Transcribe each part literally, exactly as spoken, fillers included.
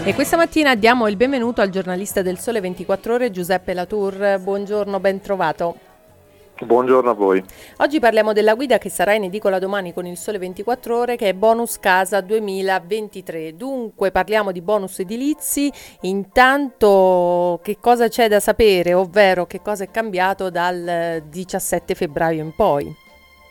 E questa mattina diamo il benvenuto al giornalista del Sole ventiquattro Ore Giuseppe Latour. Buongiorno, ben trovato. Buongiorno a voi. Oggi parliamo della guida che sarà in edicola domani con il Sole ventiquattro Ore, che è Bonus Casa duemilaventitré. Dunque parliamo di bonus edilizi. Intanto che cosa c'è da sapere, ovvero che cosa è cambiato dal diciassette febbraio in poi?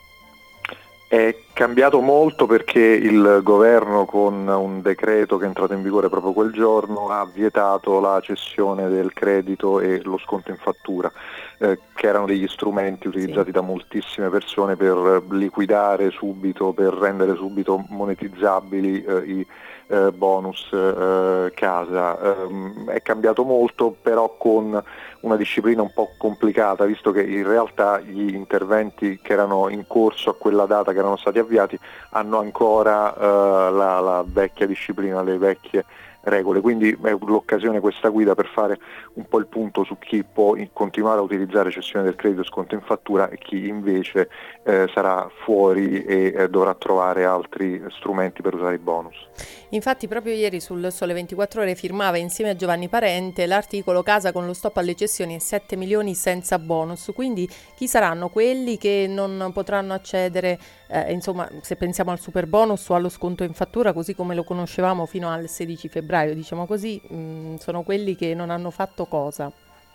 È cambiato molto perché il governo, con un decreto che è entrato in vigore proprio quel giorno, ha vietato la cessione del credito e lo sconto in fattura, eh, che erano degli strumenti utilizzati sì. da moltissime persone per liquidare subito, per rendere subito monetizzabili eh, i eh, bonus eh, casa. Eh, è cambiato molto, però con una disciplina un po' complicata, visto che in realtà gli interventi che erano in corso a quella data, che erano stati avviati, hanno ancora eh, la, la vecchia disciplina, le vecchie regole, quindi è l'occasione questa guida per fare un po' il punto su chi può continuare a utilizzare cessione del credito e sconto in fattura e chi invece eh, sarà fuori e eh, dovrà trovare altri strumenti per usare i bonus. Infatti proprio ieri sul Sole ventiquattro Ore firmava insieme a Giovanni Parente l'articolo Casa con lo stop alle cessioni e sette milioni senza bonus, quindi chi saranno quelli che non potranno accedere, eh, insomma, se pensiamo al super bonus o allo sconto in fattura così come lo conoscevamo fino al sedici febbraio, diciamo così, mh, sono quelli che non hanno fatto cosa?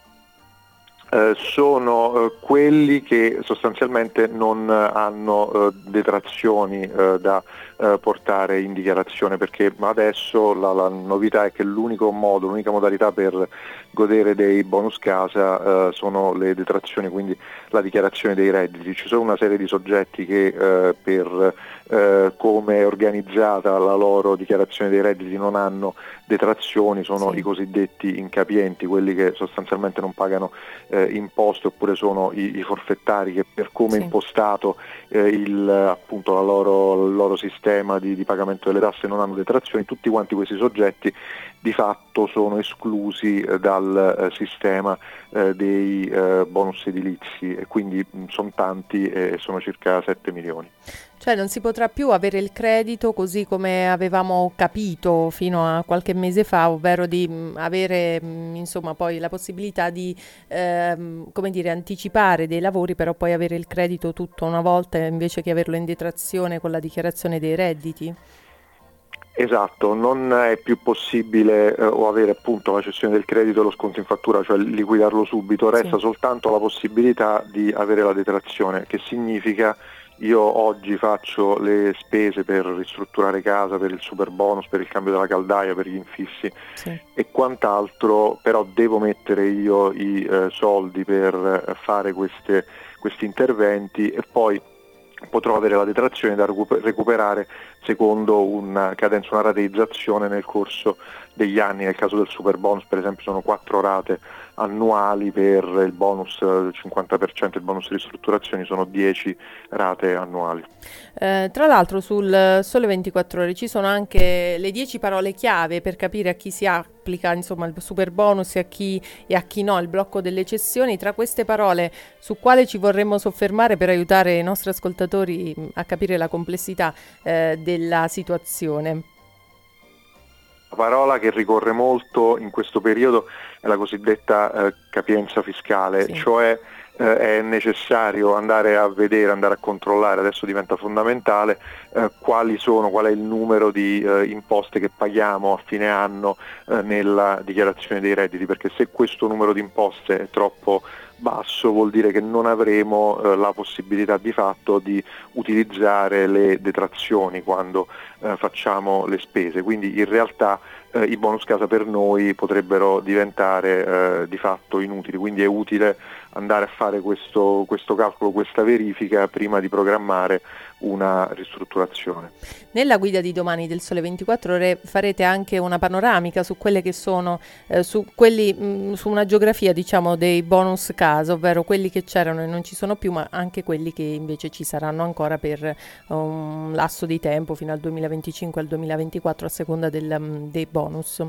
Eh, sono eh, quelli che sostanzialmente non hanno eh, detrazioni eh, da eh, portare in dichiarazione, perché adesso la, la novità è che l'unico modo, l'unica modalità per godere dei bonus casa eh, sono le detrazioni, quindi la dichiarazione dei redditi. Ci sono una serie di soggetti che eh, per eh, come è organizzata la loro dichiarazione dei redditi non hanno detrazioni, sono sì. i cosiddetti incapienti, quelli che sostanzialmente non pagano eh, imposte, oppure sono i, i forfettari che per come è sì. impostato eh, il, appunto la loro, il loro sistema di, di pagamento delle tasse non hanno detrazioni. Tutti quanti questi soggetti di fatto sono esclusi eh, dal eh, sistema eh, dei eh, bonus edilizi, e quindi mh, sono tanti e eh, sono circa sette milioni. Cioè non si potrà più avere il credito così come avevamo capito fino a qualche mese fa, ovvero di mh, avere mh, insomma poi la possibilità di ehm, come dire, anticipare dei lavori, però poi avere il credito tutto una volta invece che averlo in detrazione con la dichiarazione dei redditi? Esatto, non è più possibile eh, o avere appunto la cessione del credito e lo sconto in fattura, cioè liquidarlo subito, resta sì. soltanto la possibilità di avere la detrazione, che significa io oggi faccio le spese per ristrutturare casa, per il super bonus, per il cambio della caldaia, per gli infissi sì. e quant'altro, però devo mettere io i eh, soldi per fare queste, questi interventi e poi potrò avere la detrazione da recuperare secondo una cadenza, una rateizzazione nel corso degli anni. Nel caso del super bonus per esempio sono quattro rate annuali, per il bonus del cinquanta per cento, il bonus ristrutturazioni sono dieci rate annuali. Eh, tra l'altro sul Sole ventiquattro Ore ci sono anche le dieci parole chiave per capire a chi si applica insomma il super bonus e a chi, e a chi no, il blocco delle cessioni. Tra queste parole, su quale ci vorremmo soffermare per aiutare i nostri ascoltatori a capire la complessità eh, della situazione? La parola che ricorre molto in questo periodo è la cosiddetta eh, capienza fiscale, sì. cioè eh, è necessario andare a vedere, andare a controllare, adesso diventa fondamentale, eh, quali sono, qual è il numero di eh, imposte che paghiamo a fine anno eh, nella dichiarazione dei redditi, perché se questo numero di imposte è troppo basso vuol dire che non avremo eh, la possibilità di fatto di utilizzare le detrazioni quando eh, facciamo le spese, quindi in realtà eh, i bonus casa per noi potrebbero diventare eh, di fatto inutili, quindi è utile andare a fare questo, questo calcolo, questa verifica prima di programmare una ristrutturazione. Nella guida di domani del Sole ventiquattro Ore farete anche una panoramica su quelle che sono eh, su quelli mh, su una geografia diciamo dei bonus casa, ovvero quelli che c'erano e non ci sono più, ma anche quelli che invece ci saranno ancora per un lasso di tempo fino al duemilaventicinque al duemilaventiquattro a seconda del, um, dei bonus.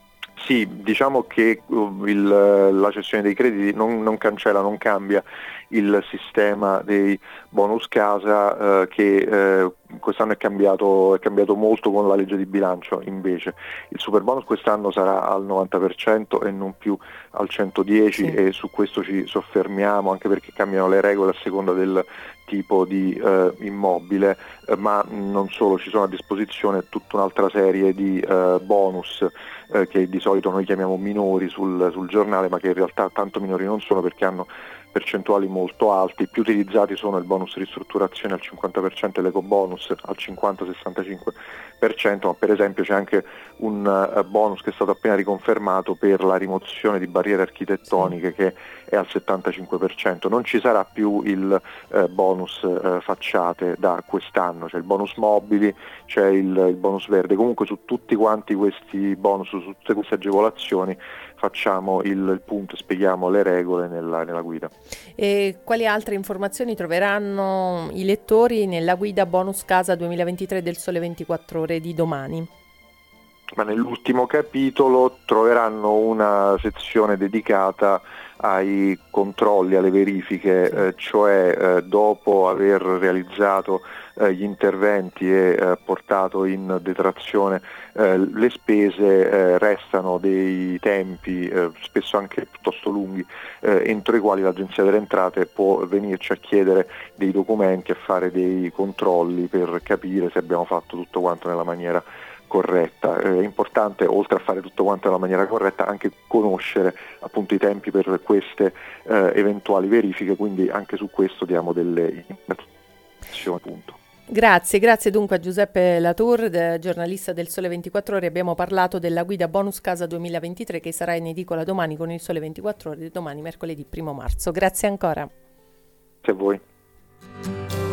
Sì, diciamo che uh, il, la cessione dei crediti non, non cancella, non cambia il sistema dei bonus casa eh, che eh, quest'anno è cambiato, è cambiato molto con la legge di bilancio. Invece il superbonus quest'anno sarà al novanta per cento e non più al centodieci, sì. E su questo ci soffermiamo anche perché cambiano le regole a seconda del tipo di eh, immobile, eh, ma non solo, ci sono a disposizione tutta un'altra serie di eh, bonus eh, che di solito noi chiamiamo minori sul, sul giornale, ma che in realtà tanto minori non sono perché hanno percentuali molto alti. I più utilizzati sono il bonus ristrutturazione al cinquanta per cento e l'ecobonus al cinquanta sessantacinque per cento, ma per esempio c'è anche un uh, bonus che è stato appena riconfermato per la rimozione di barriere architettoniche, sì, che è al settantacinque per cento. Non ci sarà più il uh, bonus uh, facciate da quest'anno, c'è il bonus mobili, c'è il, il bonus verde. Comunque su tutti quanti questi bonus, su tutte queste agevolazioni facciamo il, il punto, spieghiamo le regole nella, nella guida. E quali altre informazioni troveranno i lettori nella guida Bonus Casa duemilaventitré del Sole ventiquattro Ore di domani? Ma nell'ultimo capitolo troveranno una sezione dedicata ai controlli, alle verifiche, eh, cioè eh, dopo aver realizzato eh, gli interventi e eh, portato in detrazione eh, le spese, eh, restano dei tempi eh, spesso anche piuttosto lunghi eh, entro i quali l'Agenzia delle Entrate può venirci a chiedere dei documenti, a fare dei controlli per capire se abbiamo fatto tutto quanto nella maniera corretta. È importante, oltre a fare tutto quanto nella maniera corretta, anche conoscere appunto i tempi per queste eh, eventuali verifiche, quindi anche su questo diamo delle informazioni. Appunto. Grazie, grazie dunque a Giuseppe Latour, de, giornalista del Sole ventiquattro Ore. Abbiamo parlato della guida Bonus Casa duemilaventitré che sarà in edicola domani con il Sole ventiquattro Ore, domani mercoledì primo marzo. Grazie ancora. Grazie a voi.